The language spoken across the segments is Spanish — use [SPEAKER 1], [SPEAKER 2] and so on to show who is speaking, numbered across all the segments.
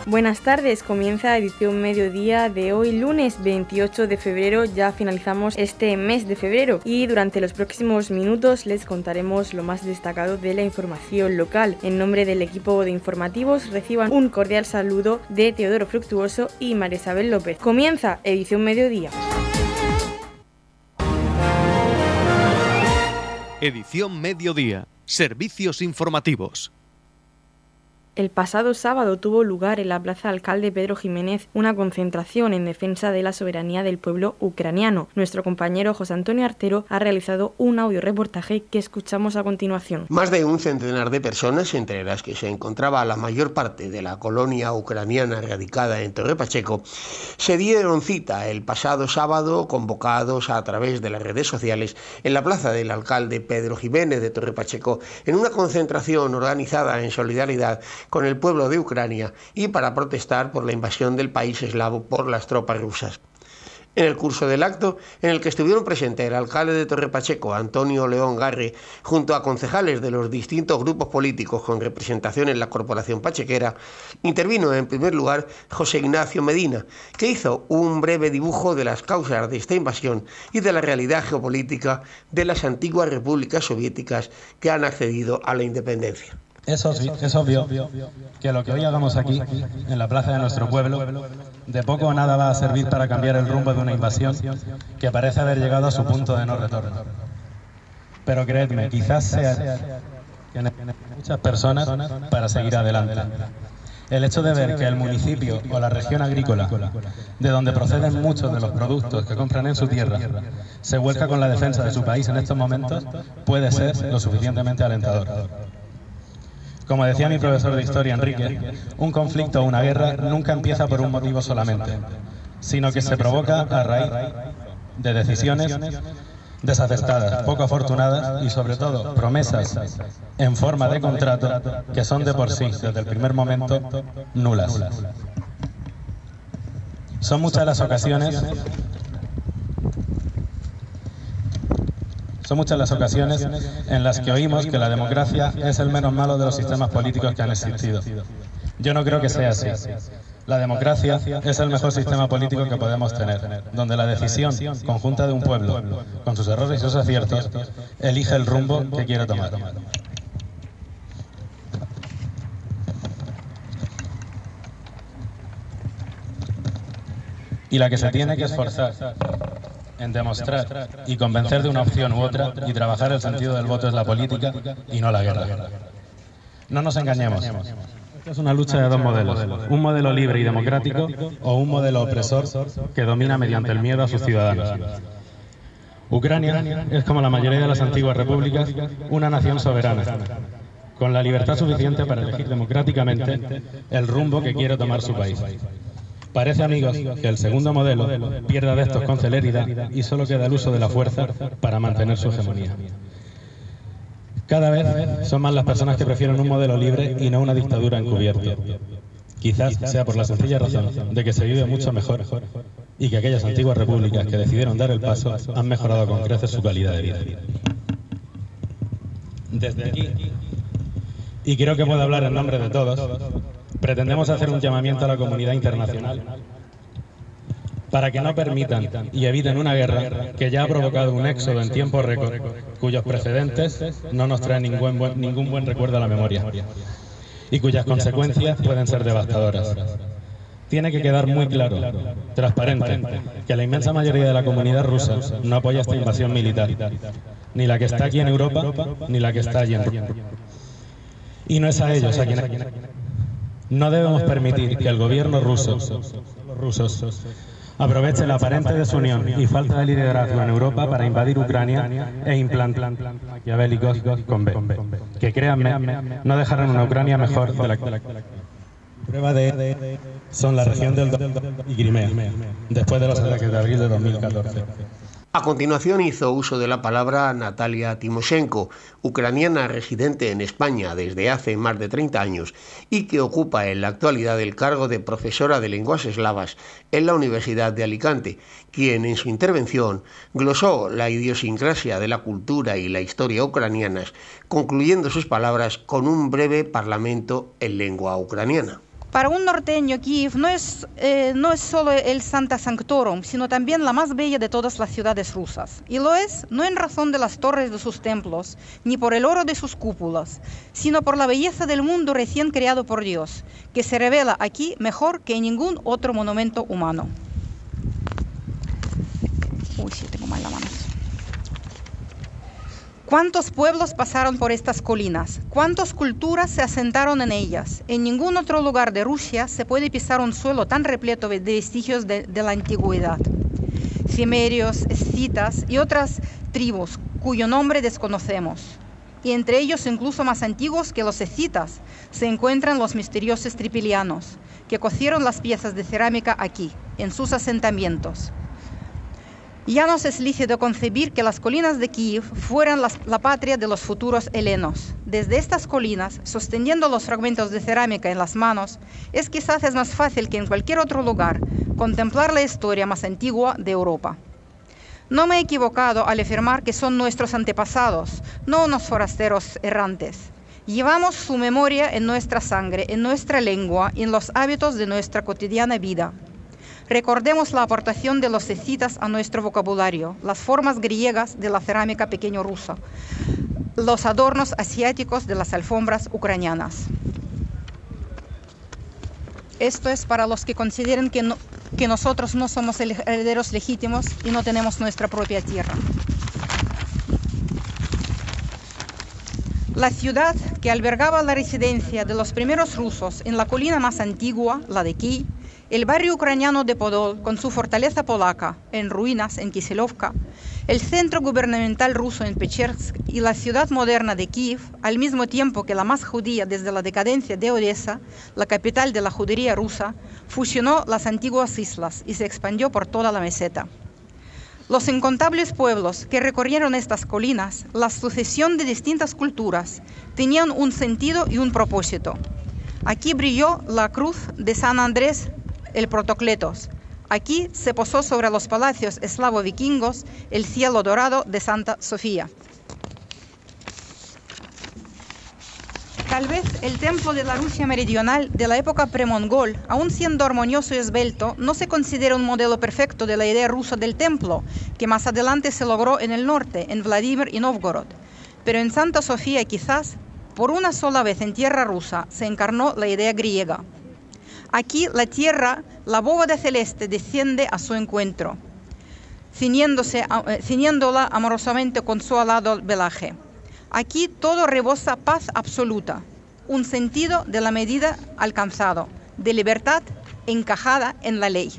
[SPEAKER 1] Buenas tardes, comienza edición mediodía de hoy, lunes 28 de febrero. Ya finalizamos este mes de febrero y durante los próximos minutos les contaremos lo más destacado de la información local. En nombre del equipo de informativos reciban un cordial saludo de Teodoro Fructuoso y María Isabel López. Comienza edición mediodía.
[SPEAKER 2] Edición mediodía. Servicios informativos.
[SPEAKER 1] El pasado sábado tuvo lugar en la Plaza Alcalde Pedro Jiménez una concentración en defensa de la soberanía del pueblo ucraniano. Nuestro compañero José Antonio Artero ha realizado un audioreportaje que escuchamos a continuación.
[SPEAKER 3] Más de un centenar de personas, entre las que se encontraba la mayor parte de la colonia ucraniana radicada en Torre Pacheco, se dieron cita el pasado sábado, convocados a través de las redes sociales, en la Plaza del Alcalde Pedro Jiménez de Torre Pacheco, en una concentración organizada en solidaridad con el pueblo de Ucrania y para protestar por la invasión del país eslavo por las tropas rusas. En el curso del acto, en el que estuvieron presentes el alcalde de Torre Pacheco, Antonio León Garre, junto a concejales de los distintos grupos políticos con representación en la Corporación Pachequera, intervino en primer lugar José Ignacio Medina, que hizo un breve dibujo de las causas de esta invasión y de la realidad geopolítica de las antiguas repúblicas soviéticas que han accedido a la independencia.
[SPEAKER 4] Es obvio que lo que hoy hagamos aquí, en la plaza de nuestro pueblo, de poco o nada va a servir para cambiar el rumbo de una invasión que parece haber llegado a su punto de no retorno. Pero creedme, quizás sea que necesitan muchas personas para seguir adelante. El hecho de ver que el municipio o la región agrícola, de donde proceden muchos de los productos que compran en su tierra, se vuelca con la defensa de su país en estos momentos, puede ser lo suficientemente alentador. Como decía mi profesor de historia, Enrique, un conflicto o una guerra nunca empieza por un motivo solamente, sino que se provoca a raíz de decisiones desacertadas, poco afortunadas y sobre todo promesas en forma de contrato que son de por sí, desde el primer momento, nulas. Son muchas las ocasiones en las que oímos que la democracia es el menos malo de los sistemas políticos que han existido. Yo no creo que sea así. La democracia es el mejor sistema político que podemos tener, donde la decisión conjunta de un pueblo, con sus errores y sus aciertos, elige el rumbo que quiere tomar. Y la que se tiene que esforzar en demostrar y convencer de una opción u otra y trabajar el sentido del voto es la política y no la guerra. No nos engañemos. Esta es una lucha de dos modelos, un modelo libre y democrático o un modelo opresor que domina mediante el miedo a sus ciudadanos. Ucrania es, como la mayoría de las antiguas repúblicas, una nación soberana, con la libertad suficiente para elegir democráticamente el rumbo que quiere tomar su país. Parece, amigos, que el segundo modelo pierde adeptos con celeridad y solo queda el uso de la fuerza para mantener su hegemonía. Cada vez son más las personas que prefieren un modelo libre y no una dictadura encubierta. Quizás sea por la sencilla razón de que se vive mucho mejor y que aquellas antiguas repúblicas que decidieron dar el paso han mejorado con creces su calidad de vida. Desde aquí, y creo que puedo hablar en nombre de todos, pretendemos hacer un llamamiento a la comunidad internacional para que no permitan y eviten una guerra que ya ha provocado un éxodo en tiempo récord, cuyos precedentes no nos traen ningún buen recuerdo a la memoria y cuyas consecuencias pueden ser devastadoras. Tiene que quedar muy claro, transparente, que la inmensa mayoría de la comunidad rusa no apoya esta invasión militar, ni la que está aquí en Europa, ni la que está allí en Rusia. Y no es a ellos a quienes... No debemos permitir que el gobierno ruso, los rusos, aproveche la aparente desunión y falta de liderazgo en Europa para invadir Ucrania e implantar maquiavélicos con B, que créanme, no dejarán una Ucrania mejor de la que... Prueba de son la región del Donbass y Crimea, después de los ataques de abril de 2014.
[SPEAKER 3] A continuación hizo uso de la palabra Natalia Timoshenko, ucraniana residente en España desde hace más de 30 años y que ocupa en la actualidad el cargo de profesora de lenguas eslavas en la Universidad de Alicante, quien en su intervención glosó la idiosincrasia de la cultura y la historia ucranianas, concluyendo sus palabras con un breve parlamento en lengua ucraniana.
[SPEAKER 5] Para un norteño, Kiev no es solo el Sancta Sanctorum, sino también la más bella de todas las ciudades rusas. Y lo es no en razón de las torres de sus templos, ni por el oro de sus cúpulas, sino por la belleza del mundo recién creado por Dios, que se revela aquí mejor que en ningún otro monumento humano. Uy, sí, tengo mal la mano. ¿Cuántos pueblos pasaron por estas colinas? ¿Cuántas culturas se asentaron en ellas? En ningún otro lugar de Rusia se puede pisar un suelo tan repleto de vestigios de la antigüedad. Cimerios, escitas y otras tribus cuyo nombre desconocemos. Y entre ellos, incluso más antiguos que los escitas, se encuentran los misteriosos tripilianos, que cocieron las piezas de cerámica aquí, en sus asentamientos. Ya nos es lícito concebir que las colinas de Kiev fueran la patria de los futuros helenos. Desde estas colinas, sosteniendo los fragmentos de cerámica en las manos, es quizás más fácil que en cualquier otro lugar contemplar la historia más antigua de Europa. No me he equivocado al afirmar que son nuestros antepasados, no unos forasteros errantes. Llevamos su memoria en nuestra sangre, en nuestra lengua y en los hábitos de nuestra cotidiana vida. Recordemos la aportación de los escitas a nuestro vocabulario, las formas griegas de la cerámica pequeño rusa, los adornos asiáticos de las alfombras ucranianas. Esto es para los que consideren que nosotros no somos herederos legítimos y no tenemos nuestra propia tierra. La ciudad que albergaba la residencia de los primeros rusos en la colina más antigua, la de Kiev, el barrio ucraniano de Podol, con su fortaleza polaca, en ruinas en Kisilovka, el centro gubernamental ruso en Pechersk y la ciudad moderna de Kiev, al mismo tiempo que la más judía desde la decadencia de Odessa, la capital de la judería rusa, fusionó las antiguas islas y se expandió por toda la meseta. Los incontables pueblos que recorrieron estas colinas, la sucesión de distintas culturas, tenían un sentido y un propósito. Aquí brilló la cruz de San Andrés el Protocletos. Aquí se posó sobre los palacios eslavo-vikingos el cielo dorado de Santa Sofía. Tal vez el templo de la Rusia meridional de la época premongol, aun siendo armonioso y esbelto, no se considera un modelo perfecto de la idea rusa del templo, que más adelante se logró en el norte, en Vladimir y Novgorod. Pero en Santa Sofía quizás, por una sola vez en tierra rusa, se encarnó la idea griega. Aquí la tierra, la bóveda celeste, desciende a su encuentro, ciñéndola amorosamente con su alado velaje. Aquí todo rebosa paz absoluta, un sentido de la medida alcanzado, de libertad encajada en la ley.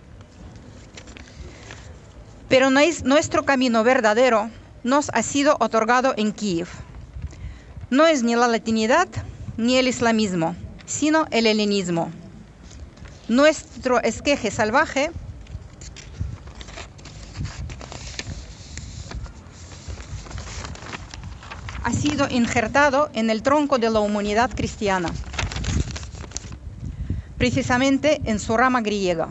[SPEAKER 5] Pero nuestro camino verdadero nos ha sido otorgado en Kiev. No es ni la latinidad ni el islamismo, sino el helenismo. Nuestro esqueje salvaje ha sido injertado en el tronco de la humanidad cristiana, precisamente en su rama griega.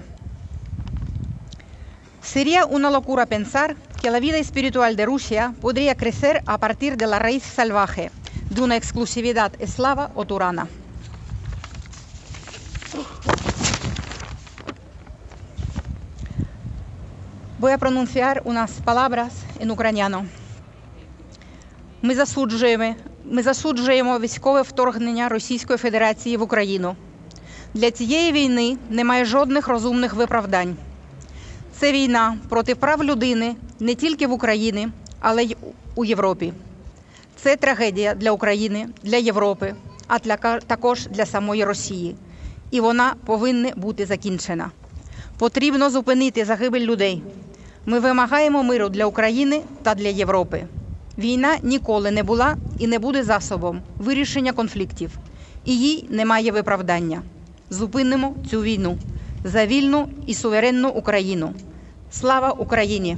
[SPEAKER 5] Sería una locura pensar que la vida espiritual de Rusia podría crecer a partir de la raíz salvaje de una exclusividad eslava o turana. Voy a pronunciar unas palabras en ucraniano. Ми засуджуємо військове вторгнення Російської Федерації в Україну. Для цієї війни немає жодних розумних виправдань. Це війна проти прав людини не тільки в Україні, але й у Європі. Це трагедія для України, для Європи, а також для самої Росії. І вона повинна бути закінчена. Потрібно зупинити загибель людей. Ми вимагаємо миру для України та для Європи. Війна ніколи не була і не буде засобом вирішення конфліктів. І їй немає виправдання. Зупинимо цю війну за вільну і суверенну Україну. Слава Україні!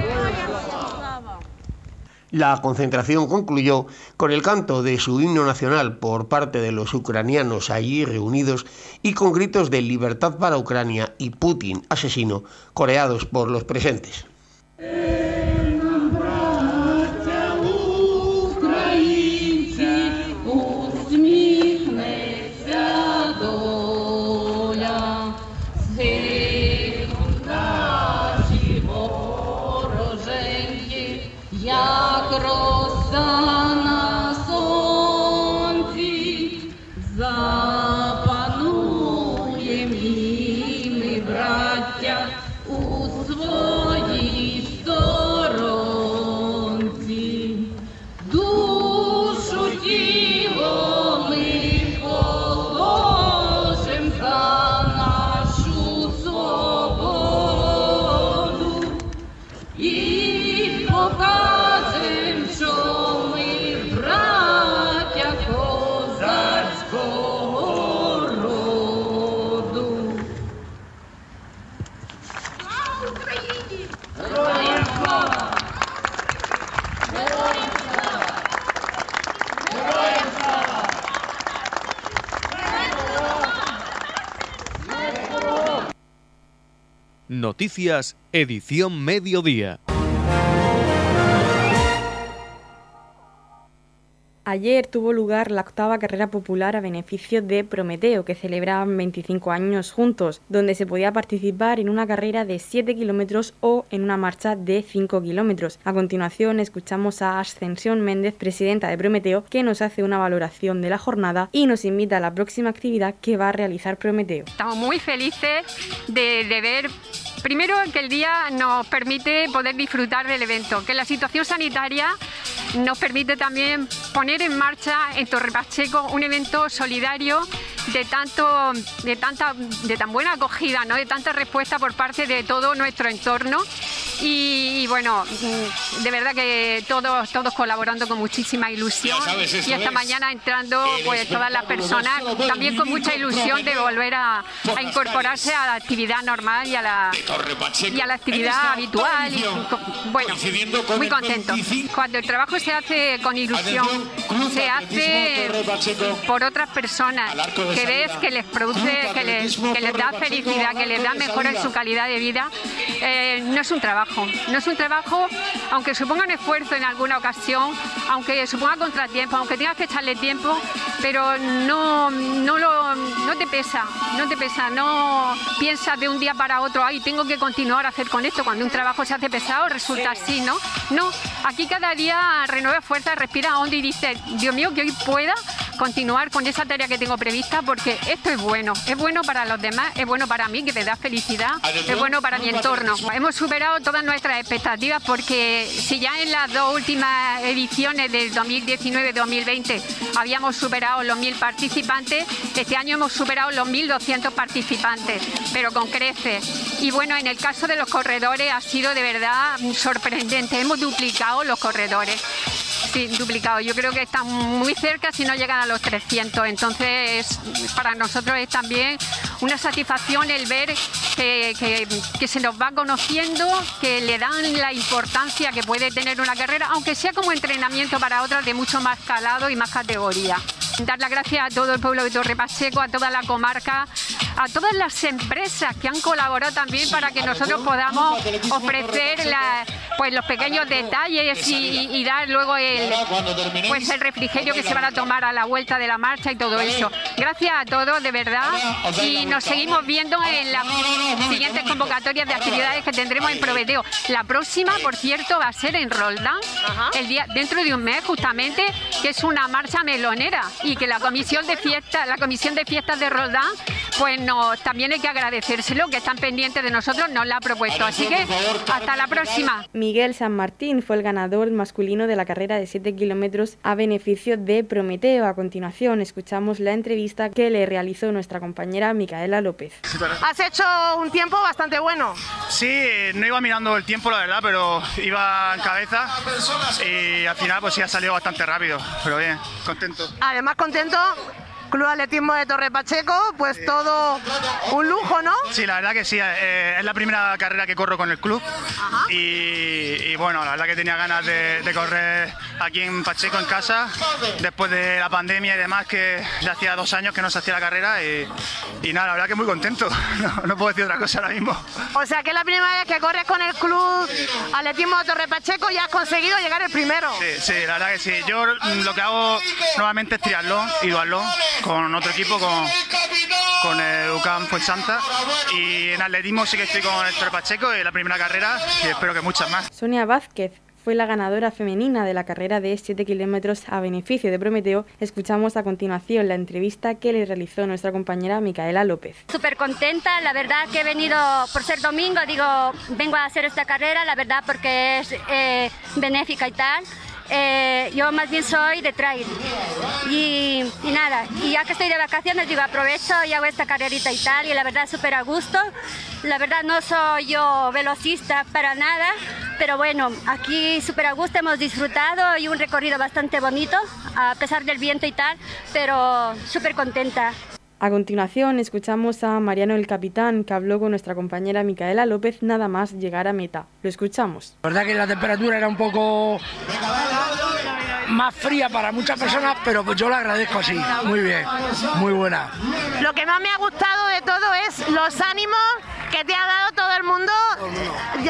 [SPEAKER 3] La concentración concluyó con el canto de su himno nacional por parte de los ucranianos allí reunidos y con gritos de libertad para Ucrania y Putin asesino coreados por los presentes.
[SPEAKER 2] Noticias, edición mediodía.
[SPEAKER 1] Ayer tuvo lugar la 8ª carrera popular a beneficio de Prometeo, que celebraban 25 años juntos, donde se podía participar en una carrera de 7 kilómetros o en una marcha de 5 kilómetros. A continuación escuchamos a Ascensión Méndez, presidenta de Prometeo, que nos hace una valoración de la jornada y nos invita a la próxima actividad que va a realizar Prometeo.
[SPEAKER 6] Estamos muy felices de ver, primero, que el día nos permite poder disfrutar del evento, que la situación sanitaria nos permite también poner en marcha en Torre Pacheco un evento solidario de tan buena acogida, ¿no? De tanta respuesta por parte de todo nuestro entorno y bueno, de verdad que todos colaborando con muchísima ilusión y esta mañana entrando pues todas las personas también con mucha ilusión de volver a incorporarse a la actividad normal y a la actividad habitual y, bueno, muy contentos. Cuando el trabajo se hace con ilusión, se hace por otras personas, que ves que les produce, que les da felicidad, que les da mejora en su calidad de vida, no es un trabajo, aunque suponga un esfuerzo en alguna ocasión, aunque suponga contratiempo, aunque tengas que echarle tiempo, pero no te pesa, no piensas de un día para otro, ay, tengo que continuar a hacer con esto. Cuando un trabajo se hace pesado resulta así, ¿no? No, aquí cada día renueva fuerza, respira hondo y dices, Dios mío, que hoy pueda continuar con esa tarea que tengo prevista, porque esto es bueno para los demás, es bueno para mí, que me da felicidad, es bueno para mi entorno. Hemos superado todas nuestras expectativas, porque si ya en las dos últimas ediciones del 2019-2020 habíamos superado los 1.000 participantes, este año hemos superado los 1.200 participantes, pero con creces. Y bueno, en el caso de los corredores ha sido de verdad sorprendente, hemos duplicado los corredores. Sí, duplicado. Yo creo que están muy cerca, si no llegan a los 300. Entonces, para nosotros es también una satisfacción el ver que se nos va conociendo, que le dan la importancia que puede tener una carrera, aunque sea como entrenamiento para otras de mucho más calado y más categoría. Dar las gracias a todo el pueblo de Torre Pacheco, a toda la comarca, a todas las empresas que han colaborado también para que nosotros podamos ofrecer los pequeños detalles y dar luego el refrigerio que se van a tomar a la vuelta de la marcha y todo eso. Gracias a todos, de verdad, y nos seguimos viendo en las siguientes convocatorias de actividades que tendremos en Prometeo. La próxima, por cierto, va a ser en Roldán, dentro de un mes justamente, que es una marcha melonera, y que la comisión de fiestas de Roldán, pues también hay que agradecérselo, que están pendientes de nosotros, nos la ha propuesto. Así que hasta la próxima.
[SPEAKER 1] Miguel San Martín fue el ganador masculino de la carrera de 7 kilómetros a beneficio de Prometeo. A continuación escuchamos la entrevista que le realizó nuestra compañera Micaela López.
[SPEAKER 7] Has hecho un tiempo bastante bueno.
[SPEAKER 8] Sí, no iba mirando el tiempo, la verdad, pero iba en cabeza y al final pues sí ha salido bastante rápido, pero bien, contento.
[SPEAKER 7] Además contento, Club Atletismo de Torre Pacheco, pues todo un lujo, ¿no?
[SPEAKER 8] Sí, la verdad que sí, es la primera carrera que corro con el club y bueno, la verdad que tenía ganas de correr aquí en Pacheco, en casa, después de la pandemia y demás, que ya hacía 2 años que no se hacía la carrera y nada, la verdad que muy contento, no puedo decir otra cosa ahora mismo.
[SPEAKER 7] O sea que es la primera vez que corres con el Club Atletismo de Torre Pacheco y has conseguido llegar el primero.
[SPEAKER 8] Sí, la verdad que sí, yo lo que hago normalmente es triatlón y duatlón, con otro equipo, con el UCAM Fuensanta, y en atletismo sí que estoy con el Torre Pacheco, y la primera carrera, y espero que muchas más.
[SPEAKER 1] Sonia Vázquez fue la ganadora femenina de la carrera de 7 kilómetros a beneficio de Prometeo. Escuchamos a continuación la entrevista que le realizó nuestra compañera Micaela López.
[SPEAKER 9] Súper contenta, la verdad que he venido por ser domingo, vengo a hacer esta carrera, la verdad porque es benéfica y tal. Yo más bien soy de trail y nada, y ya que estoy de vacaciones aprovecho y hago esta carrerita y tal, y la verdad súper a gusto. La verdad no soy yo velocista para nada, pero bueno, aquí súper a gusto, hemos disfrutado y un recorrido bastante bonito a pesar del viento y tal, pero súper contenta.
[SPEAKER 1] A continuación escuchamos a Mariano el Capitán, que habló con nuestra compañera Micaela López nada más llegar a meta. Lo escuchamos.
[SPEAKER 10] La verdad que la temperatura era un poco más fría para muchas personas, pero pues yo la agradezco así. Muy bien, muy buena.
[SPEAKER 7] Lo que más me ha gustado de todo es los ánimos que te ha dado todo el mundo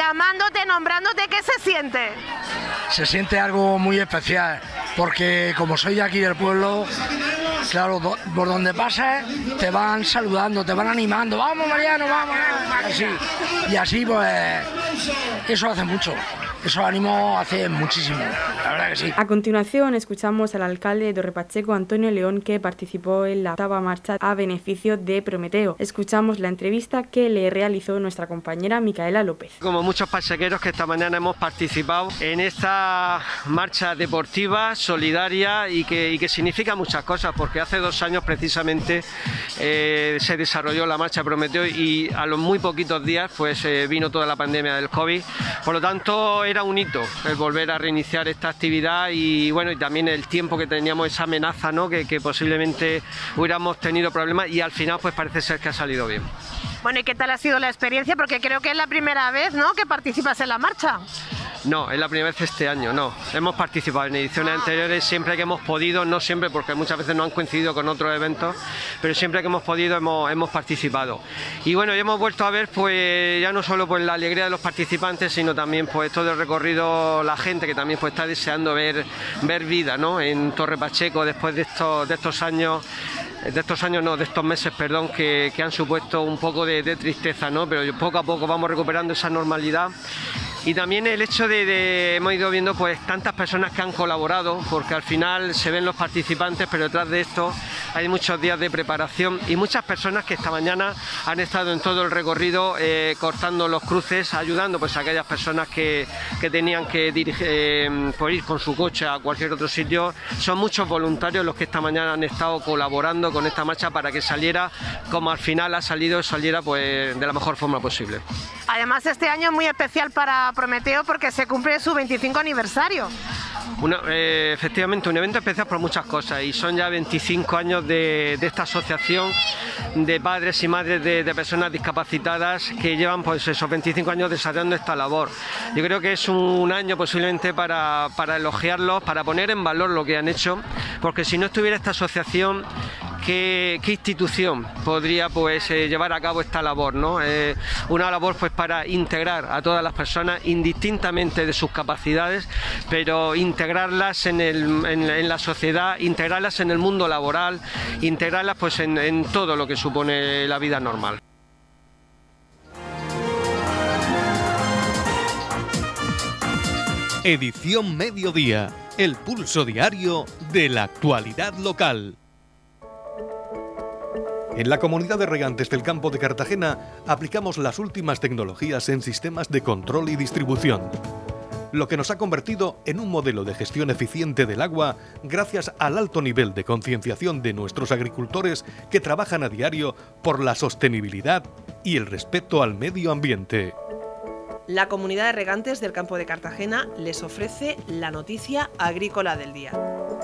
[SPEAKER 7] llamándote, nombrándote, ¿qué se siente?
[SPEAKER 10] Se siente algo muy especial, porque como soy de aquí del pueblo, claro, por donde pases te van saludando, te van animando, vamos Mariano, vamos, así. Y así pues eso hace mucho. Eso ánimo hace muchísimo, la verdad que sí.
[SPEAKER 1] A continuación escuchamos al alcalde de Torre Pacheco, Antonio León, que participó en la 8ª marcha a beneficio de Prometeo. Escuchamos la entrevista que le realizó nuestra compañera Micaela López.
[SPEAKER 11] Como muchos pachequeros que esta mañana hemos participado en esta marcha deportiva, solidaria y que significa muchas cosas, porque hace 2 años precisamente se desarrolló la marcha Prometeo y a los muy poquitos días pues vino toda la pandemia del COVID. Por lo tanto, era un hito el volver a reiniciar esta actividad y bueno, y también el tiempo que teníamos esa amenaza, ¿no? que posiblemente hubiéramos tenido problemas y al final pues parece ser que ha salido bien.
[SPEAKER 7] Bueno, ¿y qué tal ha sido la experiencia? Porque creo que es la primera vez, ¿no?, que participas en la marcha.
[SPEAKER 11] No, es la primera vez este año, no. Hemos participado en ediciones anteriores siempre que hemos podido, no siempre porque muchas veces no han coincidido con otros eventos, pero siempre que hemos podido hemos participado. Y bueno, ya hemos vuelto a ver pues ya no solo pues la alegría de los participantes, sino también pues todo el recorrido, la gente que también pues está deseando ver vida, ¿no?, en Torre Pacheco después de estos años. De estos meses, perdón, que han supuesto un poco de tristeza, ¿no? Pero poco a poco vamos recuperando esa normalidad. Y también el hecho hemos ido viendo pues tantas personas que han colaborado, porque al final se ven los participantes, pero detrás de esto hay muchos días de preparación y muchas personas que esta mañana han estado en todo el recorrido cortando los cruces, ayudando pues a aquellas personas que tenían que por ir con su coche a cualquier otro sitio. Son muchos voluntarios los que esta mañana han estado colaborando con esta marcha para que saliera como al final saliera pues de la mejor forma posible.
[SPEAKER 7] Además, este año es muy especial para Prometeo porque se cumple su 25 aniversario.
[SPEAKER 11] Efectivamente, un evento especial por muchas cosas y son ya 25 años de esta asociación de padres y madres de personas discapacitadas que llevan pues esos 25 años desarrollando esta labor. Yo creo que es un año posiblemente para elogiarlos, para poner en valor lo que han hecho, porque si no estuviera esta asociación, ¿qué institución podría pues llevar a cabo esta labor, ¿no? Una labor pues para integrar a todas las personas indistintamente de sus capacidades, pero integrarlas en la sociedad, integrarlas en el mundo laboral, integrarlas pues en todo lo que supone la vida normal.
[SPEAKER 2] Edición Mediodía, el pulso diario de la actualidad local. En la Comunidad de Regantes del Campo de Cartagena aplicamos las últimas tecnologías en sistemas de control y distribución, lo que nos ha convertido en un modelo de gestión eficiente del agua gracias al alto nivel de concienciación de nuestros agricultores que trabajan a diario por la sostenibilidad y el respeto al medio ambiente.
[SPEAKER 12] La Comunidad de Regantes del Campo de Cartagena les ofrece la noticia agrícola del día.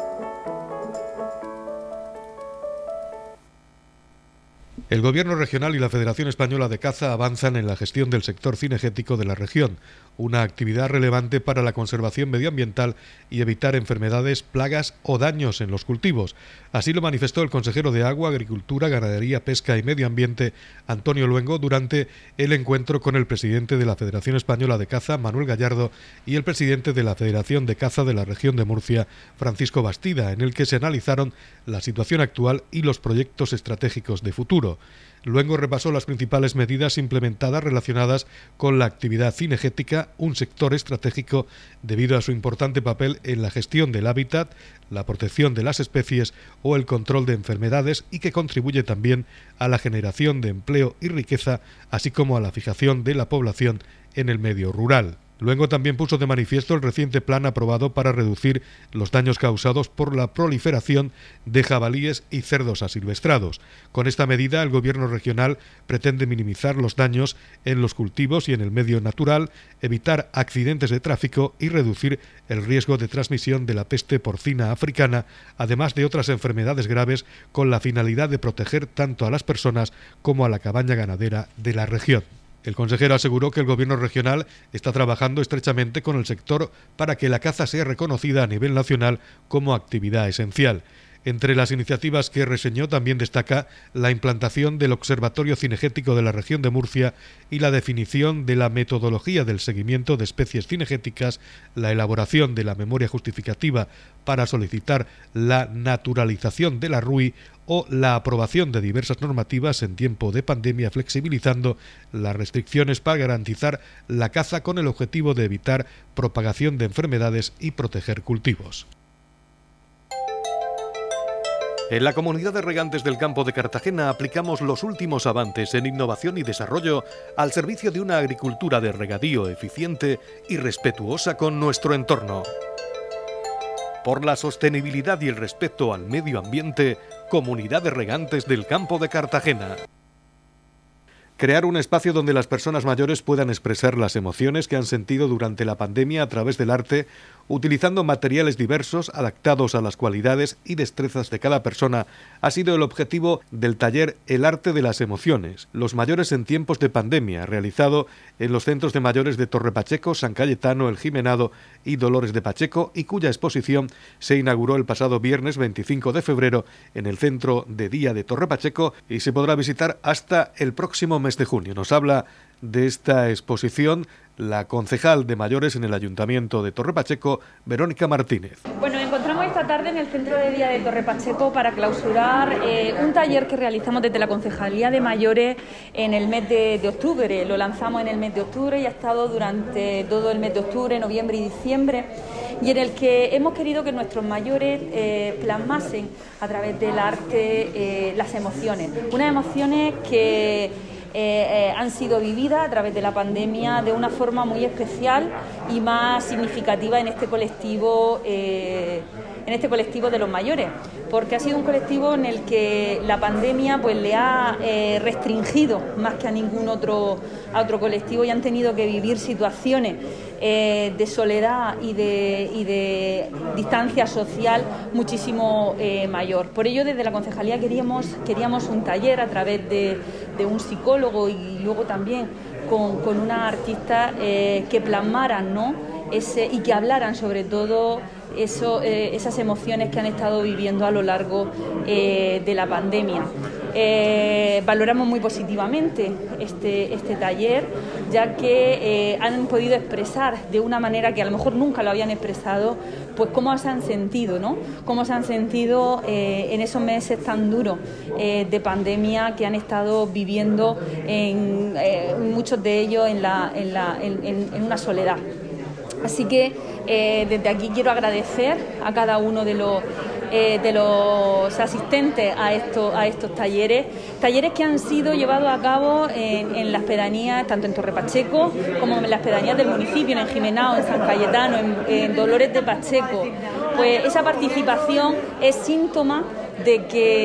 [SPEAKER 13] El Gobierno regional y la Federación Española de Caza avanzan en la gestión del sector cinegético de la región, una actividad relevante para la conservación medioambiental y evitar enfermedades, plagas o daños en los cultivos. Así lo manifestó el consejero de Agua, Agricultura, Ganadería, Pesca y Medio Ambiente, Antonio Luengo, durante el encuentro con el presidente de la Federación Española de Caza, Manuel Gallardo, y el presidente de la Federación de Caza de la región de Murcia, Francisco Bastida, en el que se analizaron la situación actual y los proyectos estratégicos de futuro. Luengo repasó las principales medidas implementadas relacionadas con la actividad cinegética, un sector estratégico debido a su importante papel en la gestión del hábitat, la protección de las especies o el control de enfermedades y que contribuye también a la generación de empleo y riqueza, así como a la fijación de la población en el medio rural. Luengo también puso de manifiesto el reciente plan aprobado para reducir los daños causados por la proliferación de jabalíes y cerdos asilvestrados. Con esta medida, el Gobierno regional pretende minimizar los daños en los cultivos y en el medio natural, evitar accidentes de tráfico y reducir el riesgo de transmisión de la peste porcina africana, además de otras enfermedades graves, con la finalidad de proteger tanto a las personas como a la cabaña ganadera de la región. El consejero aseguró que el Gobierno regional está trabajando estrechamente con el sector para que la caza sea reconocida a nivel nacional como actividad esencial. Entre las iniciativas que reseñó también destaca la implantación del Observatorio Cinegético de la región de Murcia y la definición de la metodología del seguimiento de especies cinegéticas, la elaboración de la memoria justificativa para solicitar la naturalización de la RUI o la aprobación de diversas normativas en tiempo de pandemia, flexibilizando las restricciones para garantizar la caza con el objetivo de evitar propagación de enfermedades y proteger cultivos. En la Comunidad de Regantes del Campo de Cartagena aplicamos los últimos avances en innovación y desarrollo al servicio de una agricultura de regadío eficiente y respetuosa con nuestro entorno. Por la sostenibilidad y el respeto al medio ambiente, Comunidad de Regantes del Campo de Cartagena. Crear un espacio donde las personas mayores puedan expresar las emociones que han sentido durante la pandemia a través del arte, utilizando materiales diversos adaptados a las cualidades y destrezas de cada persona, ha sido el objetivo del taller El arte de las emociones, los mayores en tiempos de pandemia, realizado en los centros de mayores de Torre Pacheco, San Cayetano, El Jimenado y Dolores de Pacheco, y cuya exposición se inauguró el pasado viernes 25 de febrero en el Centro de Día de Torre Pacheco y se podrá visitar hasta el próximo mes de junio. Nos habla de esta exposición la concejal de mayores en el Ayuntamiento de Torre Pacheco, Verónica Martínez.
[SPEAKER 14] Bueno, nos encontramos esta tarde en el Centro de Día de Torre Pacheco para clausurar un taller que realizamos desde la Concejalía de Mayores en el mes de octubre. Lo lanzamos en el mes de octubre y ha estado durante todo el mes de octubre, noviembre y diciembre, y en el que hemos querido que nuestros mayores plasmasen a través del arte las emociones. Unas emociones que han sido vividas a través de la pandemia de una forma muy especial y más significativa en este colectivo de los mayores, porque ha sido un colectivo en el que la pandemia pues le ha restringido más que a ningún otro colectivo y han tenido que vivir situaciones de soledad y de distancia social muchísimo mayor. Por ello, desde la concejalía queríamos un taller a través de un psicólogo y luego también con una artista que plasmaran, ¿no? Y que hablaran sobre todo esas emociones que han estado viviendo a lo largo de la pandemia. Valoramos muy positivamente este taller, ya que han podido expresar de una manera que a lo mejor nunca lo habían expresado, pues cómo se han sentido, ¿no? Cómo se han sentido en esos meses tan duros de pandemia que han estado viviendo muchos de ellos en una soledad. Así que desde aquí quiero agradecer a cada uno de los asistentes a estos talleres que han sido llevados a cabo en las pedanías, tanto en Torre Pacheco como en las pedanías del municipio, en El Jimenado, en San Cayetano, en Dolores de Pacheco. Pues esa participación es síntoma de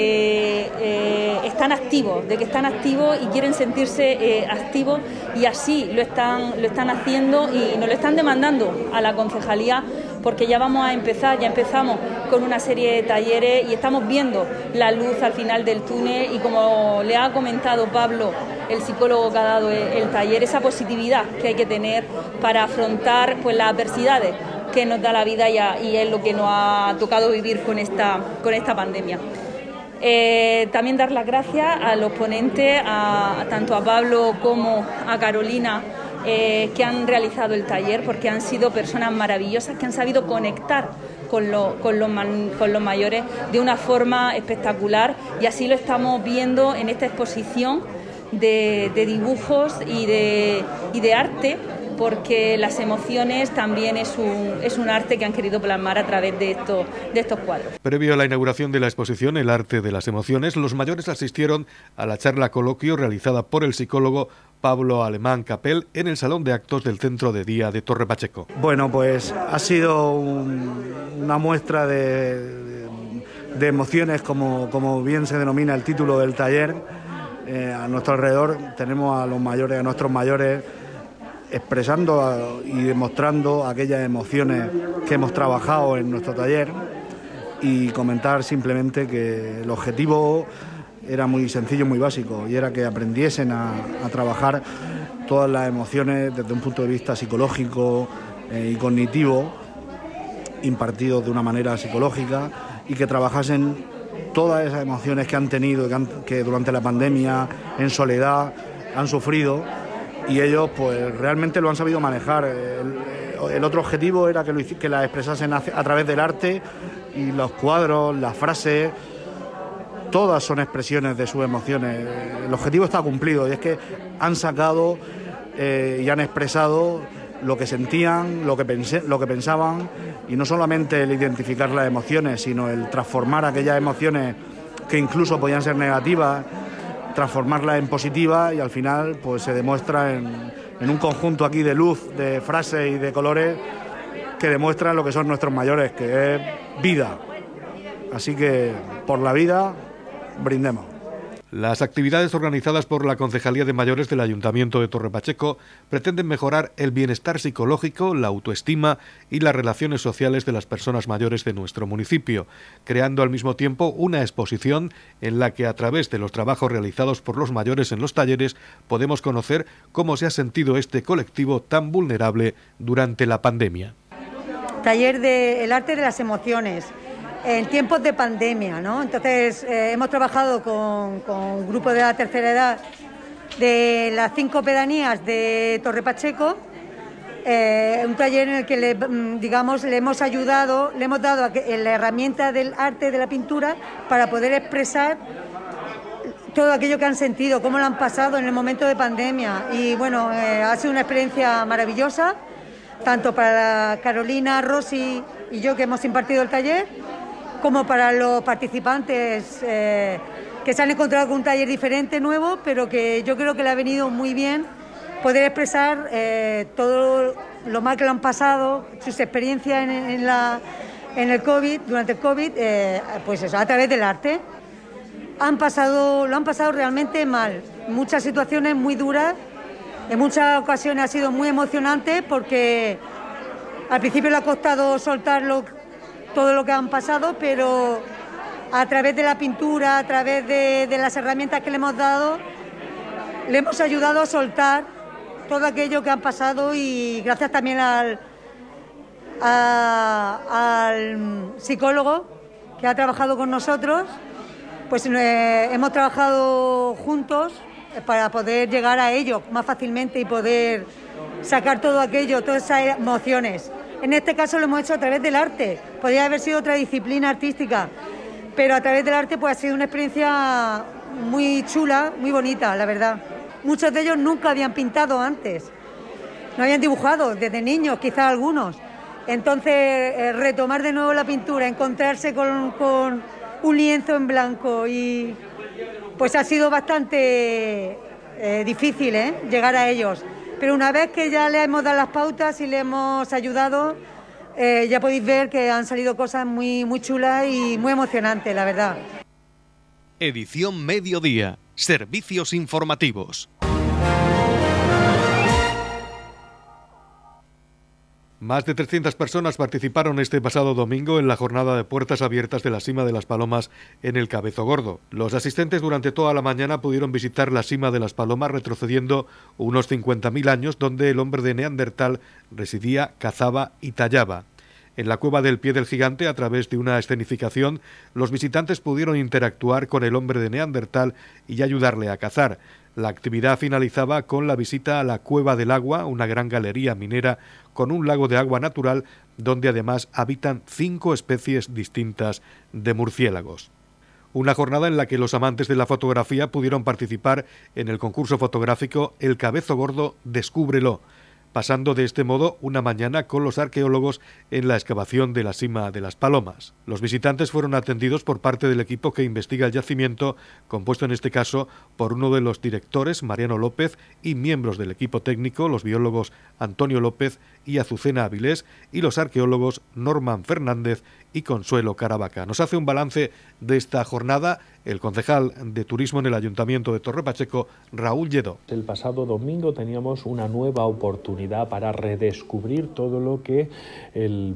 [SPEAKER 14] que están activos y quieren sentirse activos, y así lo están haciendo y nos lo están demandando a la concejalía, porque ya empezamos con una serie de talleres y estamos viendo la luz al final del túnel, y como le ha comentado Pablo, el psicólogo que ha dado el taller, esa positividad que hay que tener para afrontar pues las adversidades que nos da la vida y es lo que nos ha tocado vivir con esta pandemia. También dar las gracias a los ponentes, tanto a Pablo como a Carolina, que han realizado el taller, porque han sido personas maravillosas que han sabido conectar con los mayores de una forma espectacular, y así lo estamos viendo en esta exposición de dibujos y de arte, porque las emociones también es un arte que han querido plasmar a través de estos cuadros.
[SPEAKER 13] Previo a la inauguración de la exposición El arte de las emociones, los mayores asistieron a la charla coloquio realizada por el psicólogo Pablo Alemán Capel en el Salón de Actos del Centro de Día de Torre Pacheco.
[SPEAKER 15] Bueno, pues ha sido una muestra de emociones, como bien se denomina el título del taller. A nuestro alrededor tenemos a nuestros mayores expresando y demostrando aquellas emociones que hemos trabajado en nuestro taller, y comentar simplemente que el objetivo era muy sencillo, muy básico, y era que aprendiesen a trabajar todas las emociones desde un punto de vista psicológico y cognitivo, impartidos de una manera psicológica y que trabajasen todas esas emociones que han tenido, que durante la pandemia, en soledad, han sufrido, y ellos pues realmente lo han sabido manejar. El otro objetivo era que la expresasen a través del arte, y los cuadros, las frases, todas son expresiones de sus emociones. El objetivo está cumplido, y es que han sacado y han expresado lo que sentían, lo que pensaban, y no solamente el identificar las emociones, sino el transformar aquellas emociones que incluso podían ser negativas, transformarlas en positivas, y al final pues se demuestra en un conjunto aquí de luz, de frases y de colores que demuestran lo que son nuestros mayores, que es vida. Así que por la vida brindemos.
[SPEAKER 2] Las actividades organizadas por la Concejalía de Mayores del Ayuntamiento de Torre Pacheco pretenden mejorar el bienestar psicológico, la autoestima y las relaciones sociales de las personas mayores de nuestro municipio, creando al mismo tiempo una exposición en la que, a través de los trabajos realizados por los mayores en los talleres, podemos conocer cómo se ha sentido este colectivo tan vulnerable durante la pandemia.
[SPEAKER 16] Taller del arte de las emociones en tiempos de pandemia, ¿no? Entonces hemos trabajado con un grupo de la tercera edad de las 5 pedanías de Torre Pacheco, un taller en el que le hemos ayudado, le hemos dado la herramienta del arte de la pintura para poder expresar todo aquello que han sentido, cómo lo han pasado en el momento de pandemia. Y bueno, ha sido una experiencia maravillosa, tanto para Carolina, Rosy y yo, que hemos impartido el taller, como para los participantes que se han encontrado con un taller diferente, nuevo, pero que yo creo que le ha venido muy bien poder expresar todo lo mal que lo han pasado, sus experiencias en el COVID, durante el COVID, pues eso, a través del arte. Lo han pasado realmente mal, muchas situaciones muy duras, en muchas ocasiones ha sido muy emocionante, porque al principio le ha costado soltarlo, todo lo que han pasado, pero a través de la pintura, a través de las herramientas que le hemos dado, le hemos ayudado a soltar todo aquello que han pasado, y gracias también al psicólogo que ha trabajado con nosotros, pues hemos trabajado juntos para poder llegar a ello más fácilmente y poder sacar todo aquello, todas esas emociones. En este caso lo hemos hecho a través del arte. Podría haber sido otra disciplina artística, pero a través del arte pues ha sido una experiencia muy chula, muy bonita, la verdad. Muchos de ellos nunca habían pintado antes, no habían dibujado desde niños, quizás algunos. Entonces retomar de nuevo la pintura, encontrarse con un lienzo en blanco, y pues ha sido bastante difícil llegar a ellos. Pero una vez que ya le hemos dado las pautas y le hemos ayudado, ya podéis ver que han salido cosas muy, muy chulas y muy emocionantes, la verdad.
[SPEAKER 2] Edición Mediodía. Servicios informativos. Más de 300 personas participaron este pasado domingo en la jornada de puertas abiertas de la Sima de las Palomas en el Cabezo Gordo. Los asistentes durante toda la mañana pudieron visitar la Sima de las Palomas, retrocediendo unos 50.000 años, donde el hombre de Neandertal residía, cazaba y tallaba. En la cueva del Pie del Gigante, a través de una escenificación, los visitantes pudieron interactuar con el hombre de Neandertal y ayudarle a cazar. La actividad finalizaba con la visita a la Cueva del Agua, una gran galería minera con un lago de agua natural donde además habitan 5 especies distintas de murciélagos. Una jornada en la que los amantes de la fotografía pudieron participar en el concurso fotográfico El Cabezo Gordo Descúbrelo, pasando de este modo una mañana con los arqueólogos en la excavación de la Sima de las Palomas. Los visitantes fueron atendidos por parte del equipo que investiga el yacimiento, compuesto en este caso por uno de los directores, Mariano López, y miembros del equipo técnico, los biólogos Antonio López y Azucena Avilés, y los arqueólogos Norman Fernández y Consuelo Caravaca. Nos hace un balance de esta jornada el concejal de Turismo en el Ayuntamiento de Torre Pacheco, Raúl Lledó.
[SPEAKER 17] El pasado domingo teníamos una nueva oportunidad para redescubrir todo lo que el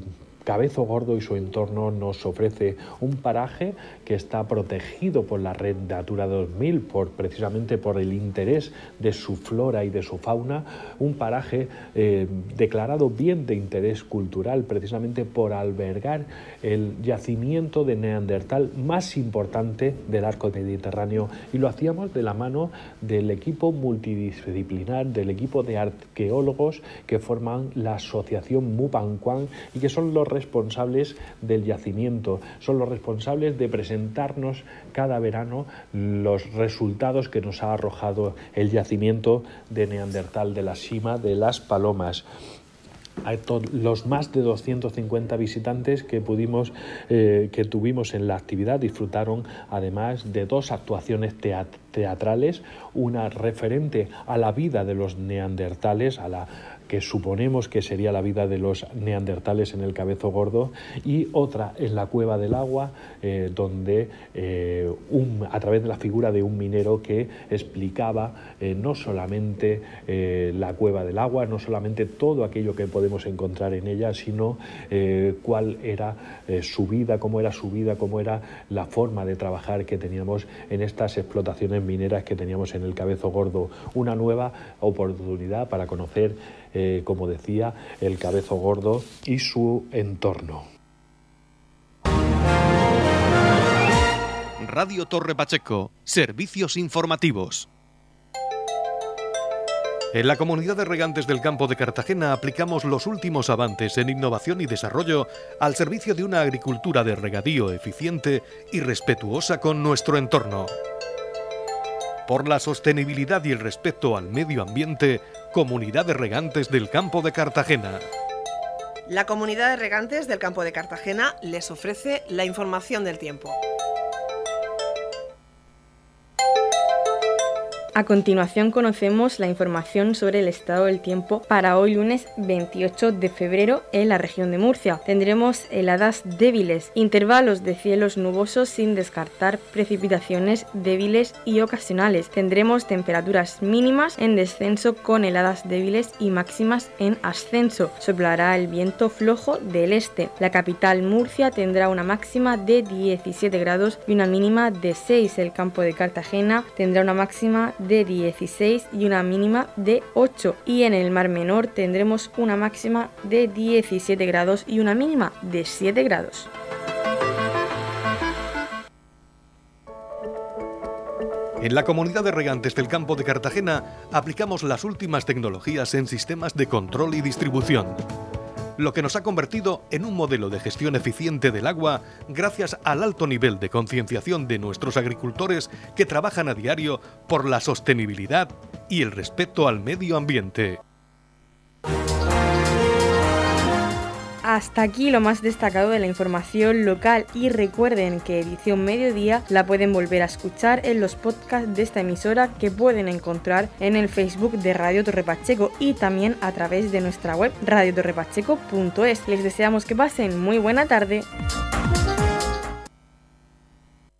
[SPEAKER 17] Cabezo Gordo y su entorno nos ofrece un paraje que está protegido por la Red Natura 2000, precisamente por el interés de su flora y de su fauna, un paraje declarado bien de interés cultural, precisamente por albergar el yacimiento de Neandertal más importante del arco mediterráneo, y lo hacíamos de la mano del equipo multidisciplinar, del equipo de arqueólogos que forman la asociación Mupancuán y que son los responsables del yacimiento, son los responsables de presentarnos cada verano los resultados que nos ha arrojado el yacimiento de Neandertal de la Sima de las Palomas. Los más de 250 visitantes que tuvimos en la actividad disfrutaron además de 2 actuaciones teatrales, una referente a la vida de los neandertales, a la que suponemos que sería la vida de los neandertales en el Cabezo Gordo, y otra en la Cueva del Agua, donde a través de la figura de un minero que explicaba no solamente la Cueva del Agua, no solamente todo aquello que podemos encontrar en ella, sino cuál era su vida, cómo era la forma de trabajar que teníamos en estas explotaciones mineras que teníamos en el Cabezo Gordo. Una nueva oportunidad para conocer, como decía, el Cabezo Gordo y su entorno.
[SPEAKER 2] Radio Torre Pacheco, servicios informativos. En la Comunidad de Regantes del Campo de Cartagena aplicamos los últimos avances en innovación y desarrollo al servicio de una agricultura de regadío eficiente y respetuosa con nuestro entorno. Por la sostenibilidad y el respeto al medio ambiente, Comunidad de Regantes del Campo de Cartagena.
[SPEAKER 12] La Comunidad de Regantes del Campo de Cartagena les ofrece la información del tiempo.
[SPEAKER 1] A continuación conocemos la información sobre el estado del tiempo para hoy lunes 28 de febrero en la región de Murcia. Tendremos heladas débiles, intervalos de cielos nubosos sin descartar precipitaciones débiles y ocasionales. Tendremos temperaturas mínimas en descenso con heladas débiles y máximas en ascenso. Soplará el viento flojo del este. La capital Murcia tendrá una máxima de 17 grados y una mínima de 6. El campo de Cartagena tendrá una máxima de 16 y una mínima de 8, y en el Mar Menor tendremos una máxima de 17 grados y una mínima de 7 grados.
[SPEAKER 2] En la Comunidad de Regantes del Campo de Cartagena aplicamos las últimas tecnologías en sistemas de control y distribución, lo que nos ha convertido en un modelo de gestión eficiente del agua gracias al alto nivel de concienciación de nuestros agricultores que trabajan a diario por la sostenibilidad y el respeto al medio ambiente.
[SPEAKER 1] Hasta aquí lo más destacado de la información local, y recuerden que Edición Mediodía la pueden volver a escuchar en los podcasts de esta emisora que pueden encontrar en el Facebook de Radio Torre Pacheco y también a través de nuestra web radiotorrepacheco.es. Les deseamos que pasen muy buena tarde.